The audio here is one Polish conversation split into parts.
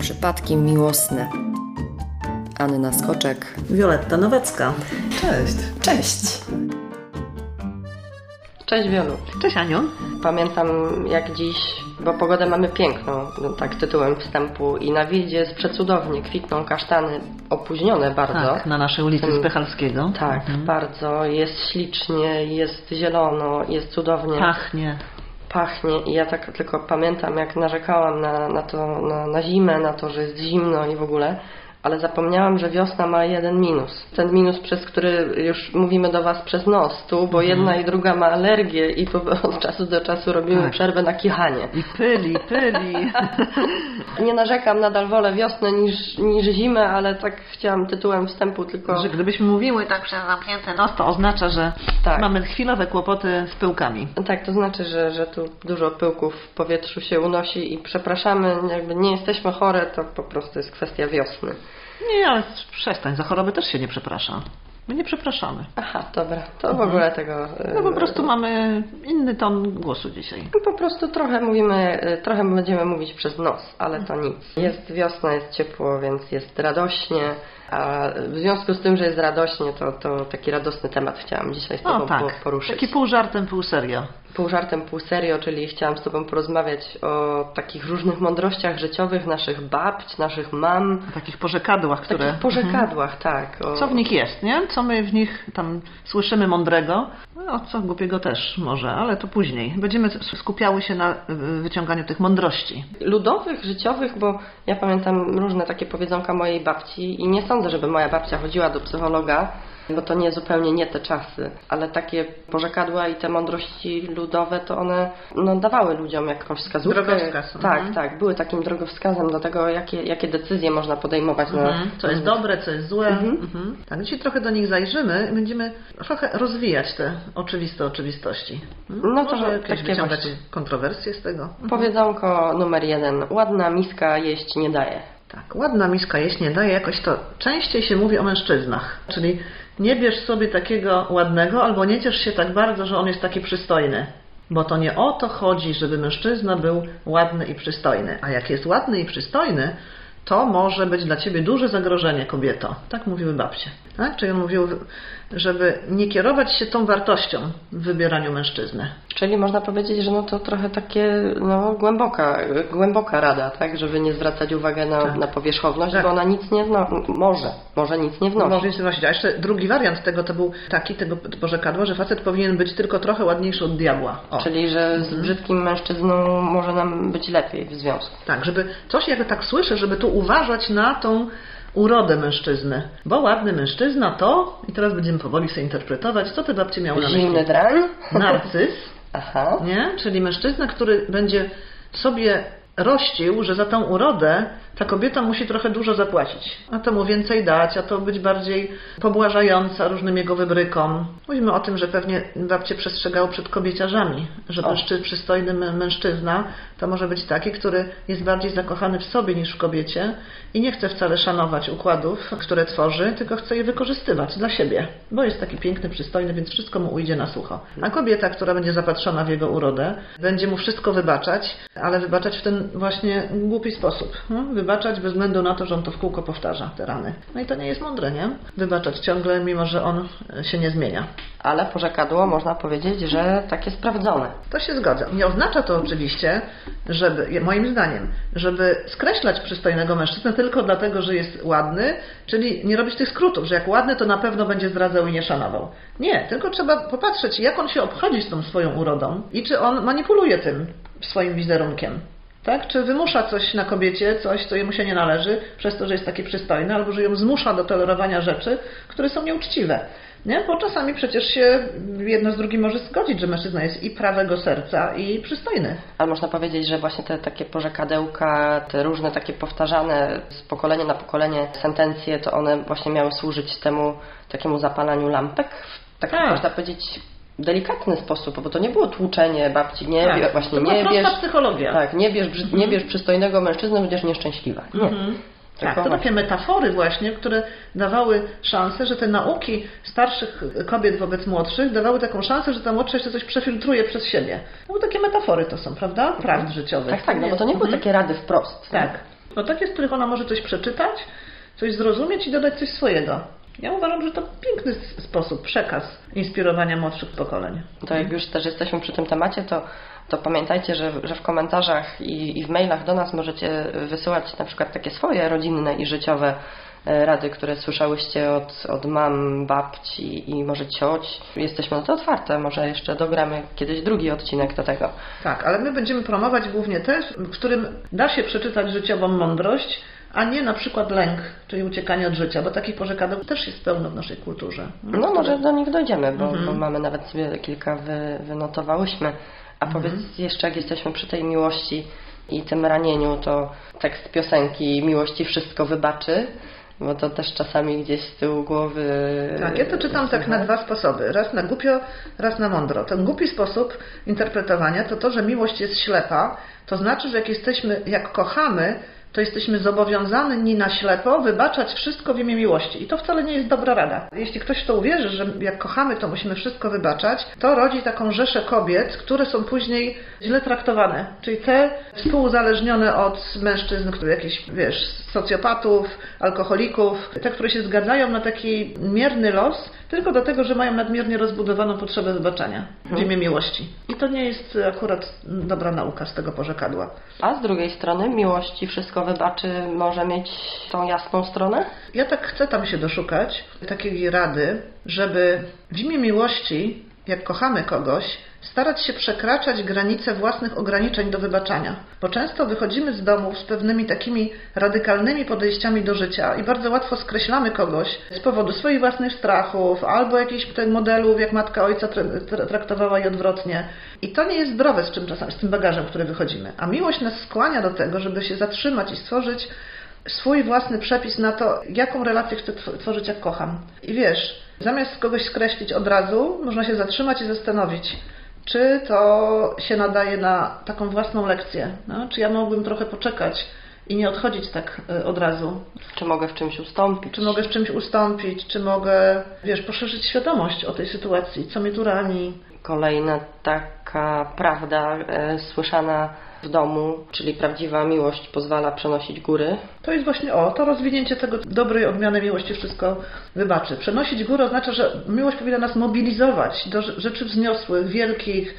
Przypadki miłosne. Anna Skoczek. Wioletta Nowacka. Cześć. Cześć. Cześć Wiolu. Cześć Aniu. Pamiętam jak dziś, bo pogodę mamy piękną, tak tytułem wstępu, i na Wildzie jest przecudownie, kwitną kasztany, opóźnione bardzo. Tak, na naszej ulicy Spychalskiego. Tak, bardzo, jest ślicznie, jest zielono, jest cudownie. Pachnie i ja tak tylko pamiętam, jak narzekałam na zimę, na to, że jest zimno i w ogóle, ale zapomniałam, że wiosna ma jeden minus. Ten minus, przez który już mówimy do Was przez nos tu, bo jedna i druga ma alergię i od czasu do czasu robimy przerwę na kichanie. I pyli. Nie narzekam, nadal wolę wiosnę niż zimę, ale tak chciałam tytułem wstępu tylko... Że gdybyśmy mówiły tak przez zamknięty nos, to oznacza, że mamy chwilowe kłopoty z pyłkami. Tak, to znaczy, że tu dużo pyłków w powietrzu się unosi i przepraszamy, jakby nie jesteśmy chore, to po prostu jest kwestia wiosny. Nie, ale przestań, za choroby też się nie przeprasza. My nie przepraszamy. Aha, dobra, to w ogóle tego... No po prostu mamy inny ton głosu dzisiaj. Po prostu trochę będziemy mówić przez nos, ale to nic. Jest wiosna, jest ciepło, więc jest radośnie, a w związku z tym, że jest radośnie, to taki radosny temat chciałam dzisiaj z Tobą poruszyć. Taki pół żartem, pół serio. Pół żartem, pół serio, czyli chciałam z Tobą porozmawiać o takich różnych mądrościach życiowych naszych babć, naszych mam. O takich porzekadłach, które... Takich porzekadłach, tak. Co w nich jest, nie? Co my w nich tam słyszymy mądrego? No, co głupiego też może, ale to później. Będziemy skupiały się na wyciąganiu tych mądrości. Ludowych, życiowych, bo ja pamiętam różne takie powiedzonka mojej babci i nie sądzę, żeby moja babcia chodziła do psychologa, bo to zupełnie nie te czasy, ale takie porzekadła i te mądrości ludowe, to one dawały ludziom jakąś wskazówkę. Drogowskaz. Tak, były takim drogowskazem do tego, jakie decyzje można podejmować. Co jest dobre, co jest złe. Tak, dzisiaj trochę do nich zajrzymy i będziemy trochę rozwijać te oczywiste oczywistości. Może jakieś wyciągać kontrowersje z tego. Powiedzonko numer 1. Ładna miska jeść nie daje. Tak, ładna miska jeść nie daje, jakoś to częściej się mówi o mężczyznach. Czyli nie bierz sobie takiego ładnego, albo nie ciesz się tak bardzo, że on jest taki przystojny. Bo to nie o to chodzi, żeby mężczyzna był ładny i przystojny. A jak jest ładny i przystojny, to może być dla Ciebie duże zagrożenie, kobieto. Tak mówiły babcie. Tak? Czyli on mówił, żeby nie kierować się tą wartością w wybieraniu mężczyzny. Czyli można powiedzieć, że to trochę takie głęboka rada, tak? Żeby nie zwracać uwagi na powierzchowność, bo ona nic nie może nic nie wnosi. Może nic nie wnosić. A jeszcze drugi wariant tego to był taki, tego porzekadła, że facet powinien być tylko trochę ładniejszy od diabła. Czyli, że z brzydkim mężczyzną może nam być lepiej w związku. Tak, żeby coś, jak tak słyszę, żeby tu uważać na tą urodę mężczyzny. Bo ładny mężczyzna to, i teraz będziemy powoli sobie interpretować, co te babcie miały na myśli. Zimny drań? Narcyz. Aha. Nie? Czyli mężczyzna, który będzie sobie rościł, że za tą urodę ta kobieta musi trochę dużo zapłacić. A to mu więcej dać, a to być bardziej pobłażająca różnym jego wybrykom. Mówimy o tym, że pewnie babcie przestrzegały przed kobieciarzami, że przystojny mężczyzna to może być taki, który jest bardziej zakochany w sobie niż w kobiecie i nie chce wcale szanować układów, które tworzy, tylko chce je wykorzystywać dla siebie, bo jest taki piękny, przystojny, więc wszystko mu ujdzie na sucho. A kobieta, która będzie zapatrzona w jego urodę, będzie mu wszystko wybaczać, ale wybaczać w ten właśnie głupi sposób. Wybaczać bez względu na to, że on to w kółko powtarza, te rany. No i to nie jest mądre, nie? Wybaczać ciągle, mimo że on się nie zmienia. Ale porzekadło można powiedzieć, że takie sprawdzone. To się zgadza. Nie oznacza to oczywiście, moim zdaniem, żeby skreślać przystojnego mężczyznę tylko dlatego, że jest ładny, czyli nie robić tych skrótów, że jak ładny, to na pewno będzie zdradzał i nie szanował. Nie, tylko trzeba popatrzeć, jak on się obchodzi z tą swoją urodą i czy on manipuluje tym swoim wizerunkiem. Tak? Czy wymusza coś na kobiecie, coś, co jemu się nie należy, przez to, że jest taki przystojny, albo że ją zmusza do tolerowania rzeczy, które są nieuczciwe. Nie? Bo czasami przecież się jedno z drugim może zgodzić, że mężczyzna jest i prawego serca, i przystojny. Ale można powiedzieć, że właśnie te takie porzekadełka, te różne takie powtarzane z pokolenia na pokolenie sentencje, to one właśnie miały służyć temu takiemu zapalaniu lampek. Tak można powiedzieć, delikatny sposób, bo to nie było tłuczenie babci, to była prosta psychologia. Tak, nie bierz przystojnego mężczyznę, będziesz nieszczęśliwa. Nie. Tak, to takie metafory właśnie, które dawały szansę, że te nauki starszych kobiet wobec młodszych dawały taką szansę, że ta młodsza jeszcze coś przefiltruje przez siebie. No bo takie metafory to są, prawda? Prawd życiowych. Tak, no bo to nie były takie rady wprost. Tak. No takie, z których ona może coś przeczytać, coś zrozumieć i dodać coś swojego. Ja uważam, że to piękny sposób, przekaz inspirowania młodszych pokoleń. To jak już też jesteśmy przy tym temacie, to pamiętajcie, że w komentarzach i w mailach do nas możecie wysyłać na przykład takie swoje rodzinne i życiowe rady, które słyszałyście od mam, babci i może cioć. Jesteśmy na to otwarte, może jeszcze dogramy kiedyś drugi odcinek do tego. Tak, ale my będziemy promować głównie te, w którym da się przeczytać życiową mądrość, a nie na przykład lęk, czyli uciekanie od życia, bo takich porzekadeł też jest pełno w naszej kulturze. No może do nich dojdziemy, bo mamy nawet sobie kilka wynotowałyśmy. A powiedz jeszcze, jak jesteśmy przy tej miłości i tym ranieniu, to tekst piosenki Miłości wszystko wybaczy, bo to też czasami gdzieś z tyłu głowy... Tak, ja to czytam tak na dwa sposoby. Raz na głupio, raz na mądro. Ten głupi sposób interpretowania to, że miłość jest ślepa, to znaczy, że jak kochamy, to jesteśmy zobowiązani na ślepo wybaczać wszystko w imię miłości. I to wcale nie jest dobra rada. Jeśli ktoś w to uwierzy, że jak kochamy, to musimy wszystko wybaczać, to rodzi taką rzeszę kobiet, które są później źle traktowane. Czyli te współuzależnione od mężczyzn, jakichś, socjopatów, alkoholików, te, które się zgadzają na taki mierny los, tylko dlatego, że mają nadmiernie rozbudowaną potrzebę wybaczenia w imię miłości. I to nie jest akurat dobra nauka z tego porzekadła. A z drugiej strony miłości wszystko wybaczy może mieć tą jasną stronę? Ja tak chcę tam się doszukać takiej rady, żeby w imię miłości, jak kochamy kogoś, starać się przekraczać granice własnych ograniczeń do wybaczania. Bo często wychodzimy z domów z pewnymi takimi radykalnymi podejściami do życia i bardzo łatwo skreślamy kogoś z powodu swoich własnych strachów albo jakichś modelów, jak matka ojca traktowała i odwrotnie. I to nie jest zdrowe z tym bagażem, który wychodzimy. A miłość nas skłania do tego, żeby się zatrzymać i stworzyć swój własny przepis na to, jaką relację chcę tworzyć, jak kocham. I zamiast kogoś skreślić od razu, można się zatrzymać i zastanowić, czy to się nadaje na taką własną lekcję. No? Czy ja mogłbym trochę poczekać i nie odchodzić tak od razu. Czy mogę w czymś ustąpić? Czy mogę, poszerzyć świadomość o tej sytuacji, co mnie tu rani. Kolejna taka prawda słyszana w domu, czyli prawdziwa miłość pozwala przenosić góry. To jest właśnie to rozwinięcie tego dobrej odmiany miłości wszystko wybaczy. Przenosić góry oznacza, że miłość powinna nas mobilizować do rzeczy wzniosłych, wielkich,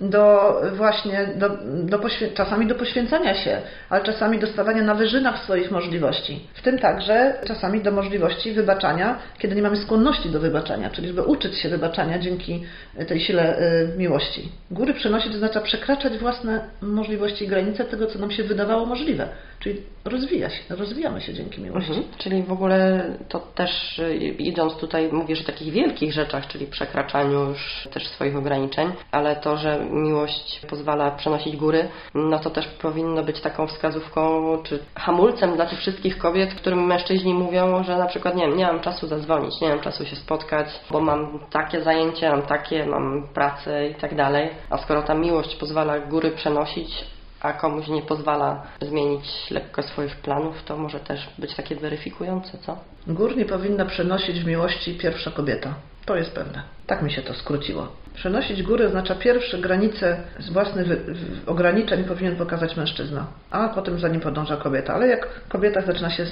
czasami do poświęcania się, ale czasami do stawania na wyżynach swoich możliwości. W tym także czasami do możliwości wybaczania, kiedy nie mamy skłonności do wybaczania, czyli żeby uczyć się wybaczania dzięki tej sile miłości. Góry przenosić oznacza przekraczać własne możliwości i granice tego, co nam się wydawało możliwe. Czyli rozwijamy się dzięki miłości. Czyli w ogóle to też idąc tutaj, mówisz o takich wielkich rzeczach, czyli przekraczaniu już też swoich ograniczeń, ale to, że miłość pozwala przenosić góry, no to też powinno być taką wskazówką czy hamulcem dla tych wszystkich kobiet, którym mężczyźni mówią, że na przykład nie mam czasu zadzwonić, nie mam czasu się spotkać, bo mam takie zajęcie, mam pracę i tak dalej. A skoro ta miłość pozwala góry przenosić, a komuś nie pozwala zmienić lekko swoich planów, to może też być takie weryfikujące, co? Gór nie powinna przenosić w miłości pierwsza kobieta. To jest pewne. Tak mi się to skróciło. Przenosić góry oznacza pierwsze granice z własnych ograniczeń powinien pokazać mężczyzna, a potem za nim podąża kobieta. Ale jak kobieta zaczyna się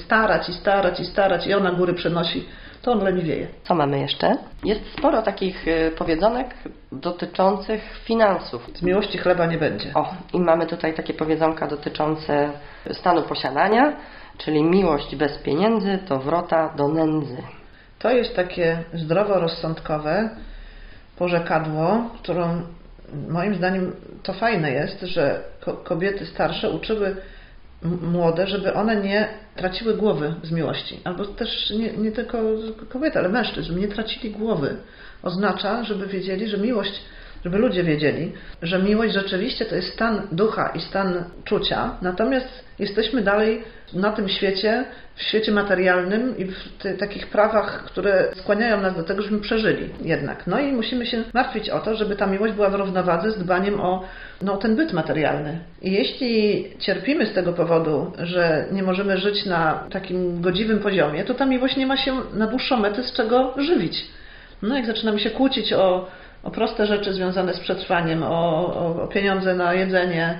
starać i ona góry przenosi, to on leniwieje. Co mamy jeszcze? Jest sporo takich powiedzonek dotyczących finansów. Z miłości chleba nie będzie. I mamy tutaj takie powiedzonka dotyczące stanu posiadania, czyli miłość bez pieniędzy to wrota do nędzy. To jest takie zdroworozsądkowe porzekadło, którą moim zdaniem to fajne jest, że kobiety starsze uczyły młode, żeby one nie traciły głowy z miłości. Albo też nie tylko kobiety, ale mężczyzn, nie tracili głowy. Oznacza, żeby wiedzieli, że miłość, żeby ludzie wiedzieli, że miłość rzeczywiście to jest stan ducha i stan czucia, natomiast jesteśmy dalej na tym świecie, w świecie materialnym i w takich prawach, które skłaniają nas do tego, żebyśmy przeżyli jednak. No i musimy się martwić o to, żeby ta miłość była w równowadze z dbaniem o ten byt materialny. I jeśli cierpimy z tego powodu, że nie możemy żyć na takim godziwym poziomie, to ta miłość nie ma się na dłuższą metę z czego żywić. No jak zaczynamy się kłócić o proste rzeczy związane z przetrwaniem, o pieniądze na jedzenie,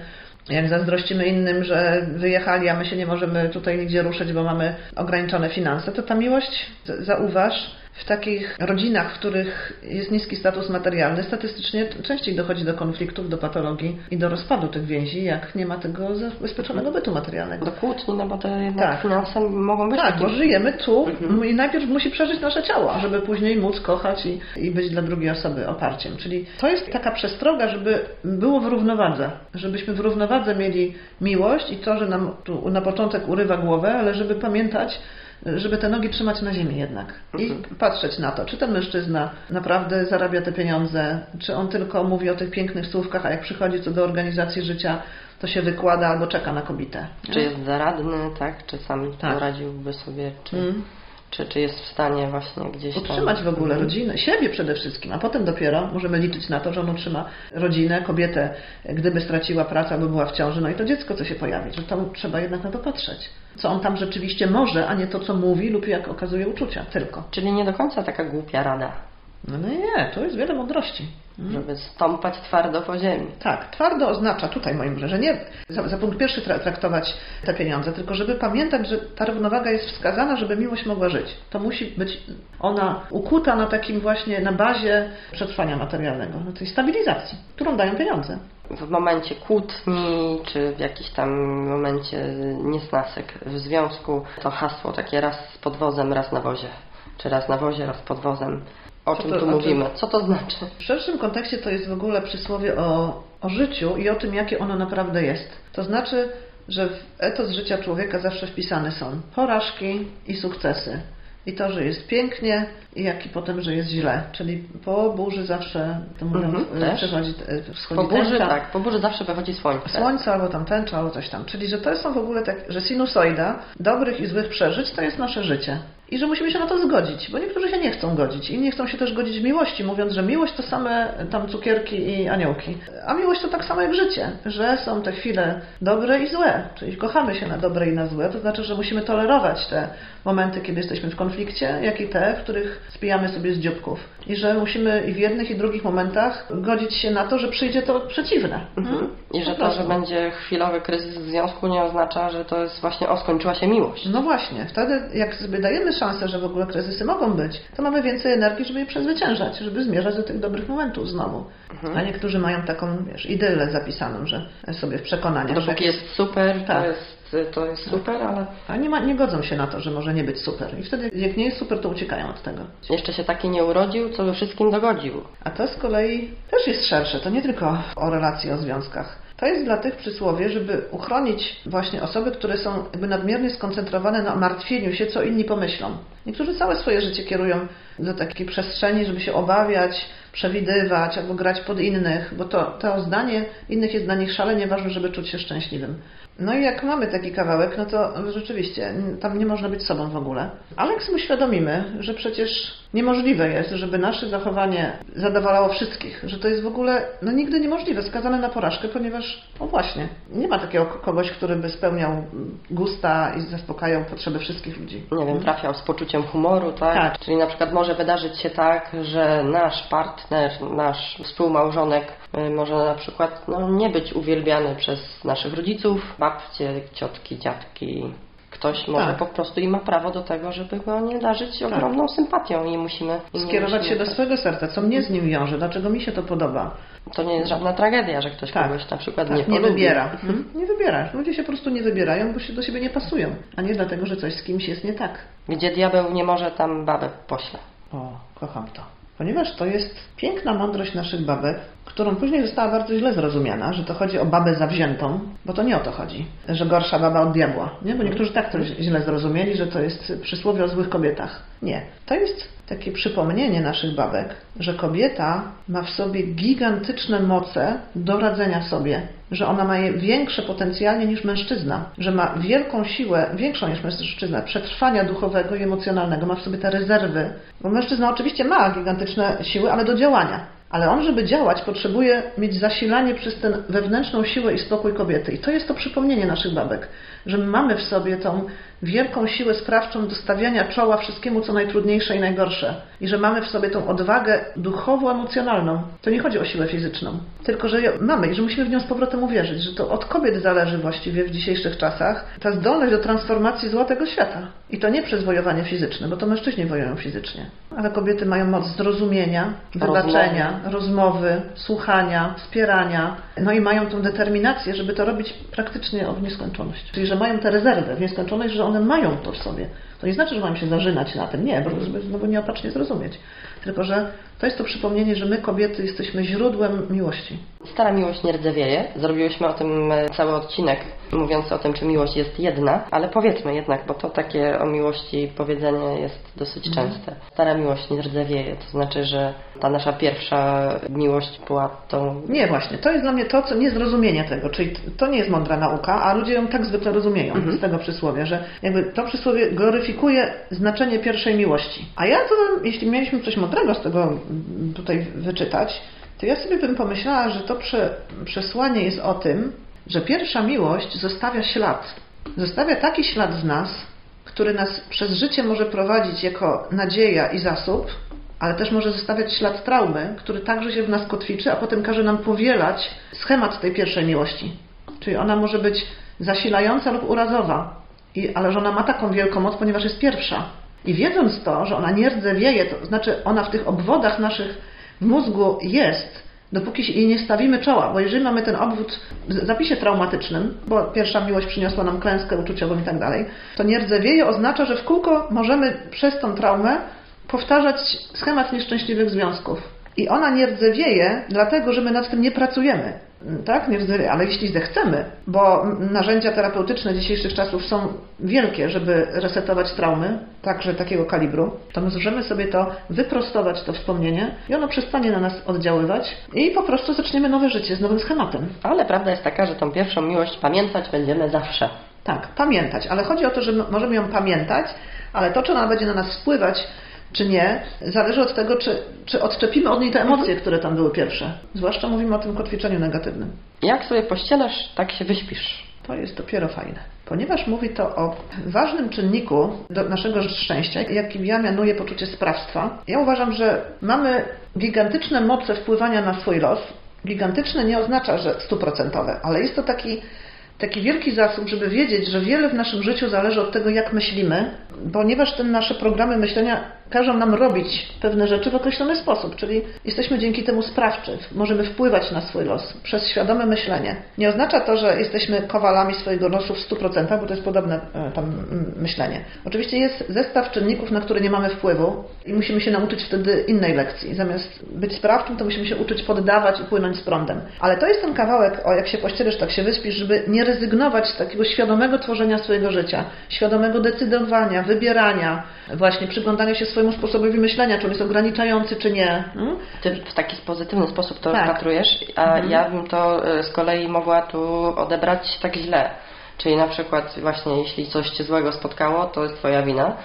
Jak zazdrościmy innym, że wyjechali, a my się nie możemy tutaj nigdzie ruszyć, bo mamy ograniczone finanse, to ta miłość, zauważ, w takich rodzinach, w których jest niski status materialny, statystycznie częściej dochodzi do konfliktów, do patologii i do rozpadu tych więzi, jak nie ma tego zabezpieczonego bytu materialnego. Do kłótni, no bo te jednak finanse mogą być bo żyjemy tu i najpierw musi przeżyć nasze ciało, żeby później móc kochać i być dla drugiej osoby oparciem. Czyli to jest taka przestroga, żeby było w równowadze, żebyśmy w równowadze mieli miłość i to, że nam tu na początek urywa głowę, ale żeby pamiętać, żeby te nogi trzymać na ziemi jednak i patrzeć na to, czy ten mężczyzna naprawdę zarabia te pieniądze, czy on tylko mówi o tych pięknych słówkach, a jak przychodzi co do organizacji życia, to się wykłada albo czeka na kobietę. Czy jest zaradny, tak? Czy sam poradziłby sobie, czy jest w stanie właśnie gdzieś tam... Utrzymać w ogóle rodzinę, siebie przede wszystkim, a potem dopiero możemy liczyć na to, że on utrzyma rodzinę, kobietę, gdyby straciła pracę albo była w ciąży, no i to dziecko, co się pojawi, że to trzeba jednak na to patrzeć. Co on tam rzeczywiście może, a nie to, co mówi lub jak okazuje uczucia, tylko. Czyli nie do końca taka głupia rada. No nie, to jest wiele mądrości. Żeby stąpać twardo po ziemi. Tak, twardo oznacza tutaj moim zdaniem, że nie za punkt pierwszy traktować te pieniądze, tylko żeby pamiętać, że ta równowaga jest wskazana, żeby miłość mogła żyć. To musi być ona ukuta na takim właśnie, na bazie przetrwania materialnego, na tej stabilizacji, którą dają pieniądze. W momencie kłótni, czy w jakimś tam momencie niesnasek w związku, to hasło takie raz z podwozem, raz na wozie. Czy raz na wozie, raz pod wozem. O czym tu mówimy? Co to znaczy? W szerszym kontekście to jest w ogóle przysłowie o życiu i o tym, jakie ono naprawdę jest. To znaczy, że w etos życia człowieka zawsze wpisane są porażki i sukcesy. I to, że jest pięknie i potem, że jest źle. Czyli po burzy zawsze, to mówią, wschodzi tęcza. Po burzy zawsze wychodzi słońce. Słońce albo tam tęcza, albo coś tam. Czyli, że to są w ogóle tak, że sinusoida dobrych i złych przeżyć to jest nasze życie. I że musimy się na to zgodzić, bo niektórzy się nie chcą godzić. Inni chcą się też godzić w miłości, mówiąc, że miłość to same tam cukierki i aniołki. A miłość to tak samo jak życie, że są te chwile dobre i złe. Czyli kochamy się na dobre i na złe. To znaczy, że musimy tolerować te momenty, kiedy jesteśmy w konflikcie, jak i te, w których spijamy sobie z dzióbków. I że musimy i w jednych i drugich momentach godzić się na to, że przyjdzie to przeciwne. I że to, że będzie chwilowy kryzys w związku, nie oznacza, że to jest właśnie skończyła się miłość. No właśnie. Wtedy jak sobie dajemy szansę, że w ogóle kryzysy mogą być, to mamy więcej energii, żeby je przezwyciężać, żeby zmierzać do tych dobrych momentów znowu. A niektórzy mają taką, idylę zapisaną, że sobie w przekonaniach. Dopóki jest super, to jest super, ale... A nie godzą się na to, że może nie być super. I wtedy, jak nie jest super, to uciekają od tego. Jeszcze się taki nie urodził, co we wszystkim dogodził. A to z kolei też jest szersze. To nie tylko o relacji, o związkach. To jest dla tych przysłowie, żeby uchronić właśnie osoby, które są jakby nadmiernie skoncentrowane na martwieniu się, co inni pomyślą. Niektórzy całe swoje życie kierują do takiej przestrzeni, żeby się obawiać, przewidywać albo grać pod innych, bo to zdanie innych jest dla nich szalenie ważne, żeby czuć się szczęśliwym. No i jak mamy taki kawałek, no to rzeczywiście tam nie można być sobą w ogóle. Ale jak sobie uświadomimy, że przecież niemożliwe jest, żeby nasze zachowanie zadowalało wszystkich, że to jest w ogóle nigdy niemożliwe, skazane na porażkę, ponieważ właśnie, nie ma takiego kogoś, który by spełniał gusta i zaspokajał potrzeby wszystkich ludzi. Nie wiem, trafiał z poczuciem humoru, tak? Czyli na przykład może wydarzyć się tak, że nasz partner, nasz współmałżonek może na przykład nie być uwielbiany przez naszych rodziców, babcie, ciotki, dziadki. Ktoś może po prostu i ma prawo do tego, żeby go nie darzyć ogromną sympatią i musimy... Skierować się do swojego serca, co mnie z nim wiąże, dlaczego mi się to podoba. To nie jest żadna tragedia, że ktoś kogoś na przykład nie wybiera. Nie wybiera. Ludzie się po prostu nie wybierają, bo się do siebie nie pasują, a nie dlatego, że coś z kimś jest nie tak. Gdzie diabeł nie może, tam babę pośle. O, kocham to. Ponieważ to jest piękna mądrość naszych babek, którą później została bardzo źle zrozumiana, że to chodzi o babę zawziętą, bo to nie o to chodzi, że gorsza baba od diabła, nie? Bo niektórzy tak to źle zrozumieli, że to jest przysłowie o złych kobietach. Nie. To jest takie przypomnienie naszych babek, że kobieta ma w sobie gigantyczne moce do radzenia sobie, że ona ma je większe potencjalnie niż mężczyzna, że ma wielką siłę, większą niż mężczyzna, przetrwania duchowego i emocjonalnego, ma w sobie te rezerwy, bo mężczyzna oczywiście ma gigantyczne siły, ale do działania. Ale on, żeby działać, potrzebuje mieć zasilanie przez tę wewnętrzną siłę i spokój kobiety. I to jest to przypomnienie naszych babek, że my mamy w sobie tą wielką siłę sprawczą do stawiania czoła wszystkiemu, co najtrudniejsze i najgorsze. I że mamy w sobie tą odwagę duchowo-emocjonalną. To nie chodzi o siłę fizyczną, tylko że mamy i że musimy w nią z powrotem uwierzyć, że to od kobiet zależy właściwie w dzisiejszych czasach ta zdolność do transformacji zła tego świata. I to nie przez wojowanie fizyczne, bo to mężczyźni wojują fizycznie. Ale kobiety mają moc zrozumienia, wybaczenia, rozmowy, słuchania, wspierania. No i mają tą determinację, żeby to robić praktycznie w nieskończoność. Czyli, że mają tę rezerwę w nieskończoność, że one mają to w sobie. To nie znaczy, że mają się zażynać na tym. Nie, bo żeby znowu nieopatrznie zrozumieć. Tylko, że to jest to przypomnienie, że my kobiety jesteśmy źródłem miłości. Stara miłość nie rdzewieje. Zrobiłyśmy o tym cały odcinek, mówiąc o tym, czy miłość jest jedna, ale powiedzmy jednak, bo to takie o miłości powiedzenie jest dosyć częste. Stara miłość nie rdzewieje, to znaczy, że ta nasza pierwsza miłość była tą... Nie, właśnie. To jest dla mnie to, co niezrozumienie tego, czyli to nie jest mądra nauka, a ludzie ją tak zwykle rozumieją z tego przysłowia, że jakby to przysłowie gloryfikuje znaczenie pierwszej miłości. A ja to, jeśli mieliśmy coś mądrego z tego tutaj wyczytać, to ja sobie bym pomyślała, że to przesłanie jest o tym, że pierwsza miłość zostawia ślad. Zostawia taki ślad z nas, który nas przez życie może prowadzić jako nadzieja i zasób, ale też może zostawiać ślad traumy, który także się w nas kotwiczy, a potem każe nam powielać schemat tej pierwszej miłości. Czyli ona może być zasilająca lub urazowa, ale że ona ma taką wielką moc, ponieważ jest pierwsza. I wiedząc to, że ona nie rdzewieje, to znaczy ona w tych obwodach naszych w mózgu jest, dopóki jej nie stawimy czoła, bo jeżeli mamy ten obwód w zapisie traumatycznym, bo pierwsza miłość przyniosła nam klęskę uczuciową i tak dalej, to nie rdzewieje oznacza, że w kółko możemy przez tą traumę powtarzać schemat nieszczęśliwych związków. I ona nie rdzewieje, dlatego, że my nad tym nie pracujemy. Tak? Nie rdzewieje, ale jeśli zechcemy, bo narzędzia terapeutyczne dzisiejszych czasów są wielkie, żeby resetować traumy, także takiego kalibru, to możemy sobie to wyprostować, to wspomnienie i ono przestanie na nas oddziaływać i po prostu zaczniemy nowe życie z nowym schematem. Ale prawda jest taka, że tą pierwszą miłość pamiętać będziemy zawsze. Tak, pamiętać, ale chodzi o to, że możemy ją pamiętać, ale to, czy ona będzie na nas wpływać, czy nie, zależy od tego, czy odczepimy od niej te emocje, które tam były pierwsze. Zwłaszcza mówimy o tym kotwiczeniu negatywnym. Jak sobie pościelasz, tak się wyśpisz. To jest dopiero fajne. Ponieważ mówi to o ważnym czynniku do naszego szczęścia, jakim ja mianuję poczucie sprawstwa. Ja uważam, że mamy gigantyczne moce wpływania na swój los. Gigantyczne nie oznacza, że 100%, ale jest to taki wielki zasób, żeby wiedzieć, że wiele w naszym życiu zależy od tego, jak myślimy, ponieważ te nasze programy myślenia każą nam robić pewne rzeczy w określony sposób, czyli jesteśmy dzięki temu sprawczy, możemy wpływać na swój los przez świadome myślenie. Nie oznacza to, że jesteśmy kowalami swojego losu w 100%, bo to jest podobne myślenie. Oczywiście jest zestaw czynników, na które nie mamy wpływu i musimy się nauczyć wtedy innej lekcji. Zamiast być sprawczym, to musimy się uczyć poddawać i płynąć z prądem. Ale to jest ten kawałek, jak się pościelisz, tak się wyspisz, żeby nie rezygnować z takiego świadomego tworzenia swojego życia, świadomego decydowania, wybierania, właśnie przyglądania się swojemu sposobowi myślenia, czy on jest ograniczający, czy nie. Ty w taki pozytywny sposób to rozpatrujesz, a ja bym to z kolei mogła tu odebrać tak źle. Czyli na przykład właśnie jeśli coś Cię złego spotkało, to jest Twoja wina,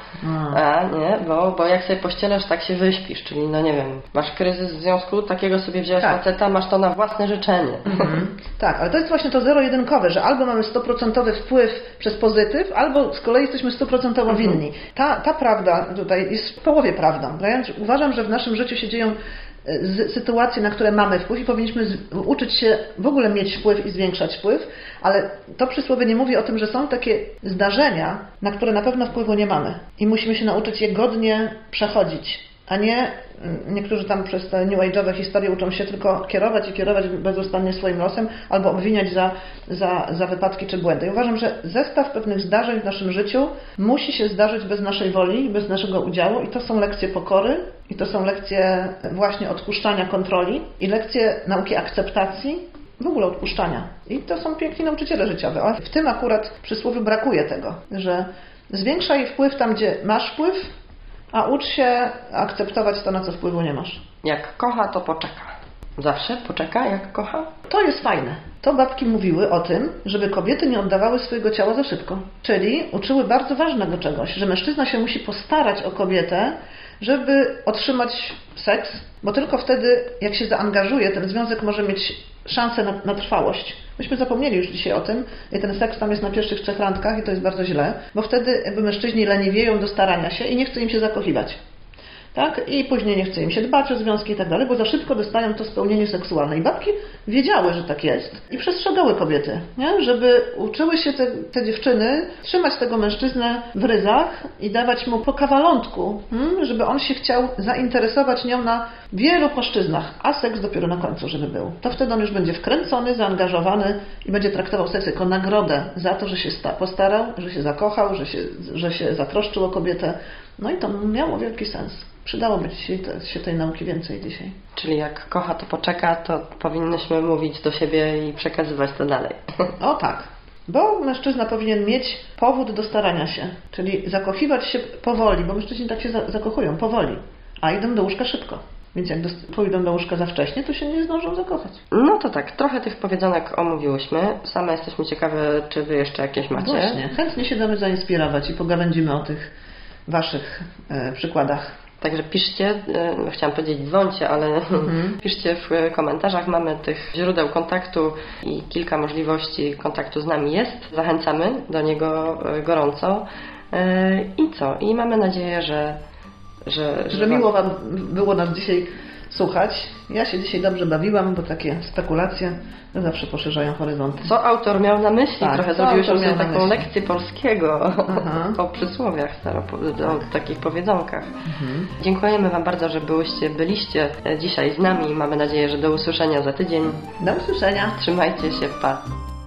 a nie, bo jak sobie pościelasz, tak się wyśpisz, czyli no nie wiem, masz kryzys w związku, takiego sobie wziąłeś faceta, masz to na własne życzenie. Tak, ale to jest właśnie to zero-jedynkowe, że albo mamy 100% wpływ przez pozytyw, albo z kolei jesteśmy 100% winni. Ta prawda tutaj jest w połowie prawdą. Ja uważam, że w naszym życiu się dzieją sytuacje, na które mamy wpływ i powinniśmy uczyć się w ogóle mieć wpływ i zwiększać wpływ, ale to przysłowie nie mówi o tym, że są takie zdarzenia, na które na pewno wpływu nie mamy i musimy się nauczyć je godnie przechodzić, a nie niektórzy tam przez te new age'owe historie uczą się tylko kierować bezustannie swoim losem albo obwiniać za wypadki czy błędy. I uważam, że zestaw pewnych zdarzeń w naszym życiu musi się zdarzyć bez naszej woli, bez naszego udziału i to są lekcje pokory i to są lekcje właśnie odpuszczania kontroli i lekcje nauki akceptacji, w ogóle odpuszczania. I to są piękni nauczyciele życiowe. Ale w tym akurat przysłowiu brakuje tego, że zwiększaj wpływ tam, gdzie masz wpływ, a ucz się akceptować to, na co wpływu nie masz. Jak kocha, to poczeka. Zawsze poczeka, jak kocha? To jest fajne. To babki mówiły o tym, żeby kobiety nie oddawały swojego ciała za szybko. Czyli uczyły bardzo ważnego czegoś, że mężczyzna się musi postarać o kobietę, żeby otrzymać seks, bo tylko wtedy, jak się zaangażuje, ten związek może mieć szansę na trwałość. Myśmy zapomnieli już dzisiaj o tym i ten seks tam jest na pierwszych 3 randkach i to jest bardzo źle, bo wtedy jakby mężczyźni leniwieją do starania się i nie chce im się zakochiwać. Tak? I później nie chce im się dbać o związki i tak dalej, bo za szybko dostają to spełnienie seksualne. I babki wiedziały, że tak jest i przestrzegały kobiety, nie? Żeby uczyły się te dziewczyny trzymać tego mężczyznę w ryzach i dawać mu po kawalątku, żeby on się chciał zainteresować nią na wielu płaszczyznach, a seks dopiero na końcu, żeby był. To wtedy on już będzie wkręcony, zaangażowany i będzie traktował seks jako nagrodę za to, że się postarał, że się zakochał, że się zatroszczył o kobietę. No i to miało wielki sens. Przydałoby się tej nauki więcej dzisiaj. Czyli jak kocha, to poczeka, to powinnyśmy mówić do siebie i przekazywać to dalej. O tak, bo mężczyzna powinien mieć powód do starania się, czyli zakochiwać się powoli, bo mężczyźni tak się zakochują powoli, a idą do łóżka szybko. Więc jak pójdą do łóżka za wcześnie, to się nie zdążą zakochać. No to tak, trochę tych powiedzonek omówiłyśmy. Same jesteśmy ciekawe, czy wy jeszcze jakieś macie. Właśnie, chętnie się damy zainspirować i pogawędzimy o tych waszych przykładach. Także piszcie, chciałam powiedzieć dzwońcie, ale piszcie w komentarzach. Mamy tych źródeł kontaktu i kilka możliwości kontaktu z nami jest. Zachęcamy do niego gorąco. I co? I mamy nadzieję, że miło Wam było nas dzisiaj słuchać. Ja się dzisiaj dobrze bawiłam, bo takie spekulacje zawsze poszerzają horyzonty. Co autor miał na myśli? Tak, trochę zrobiłyśmy sobie taką lekcję polskiego o przysłowiach, o takich powiedzonkach. Dziękujemy Wam bardzo, że byliście dzisiaj z nami. Mamy nadzieję, że do usłyszenia za tydzień. Do usłyszenia. Trzymajcie się, pa!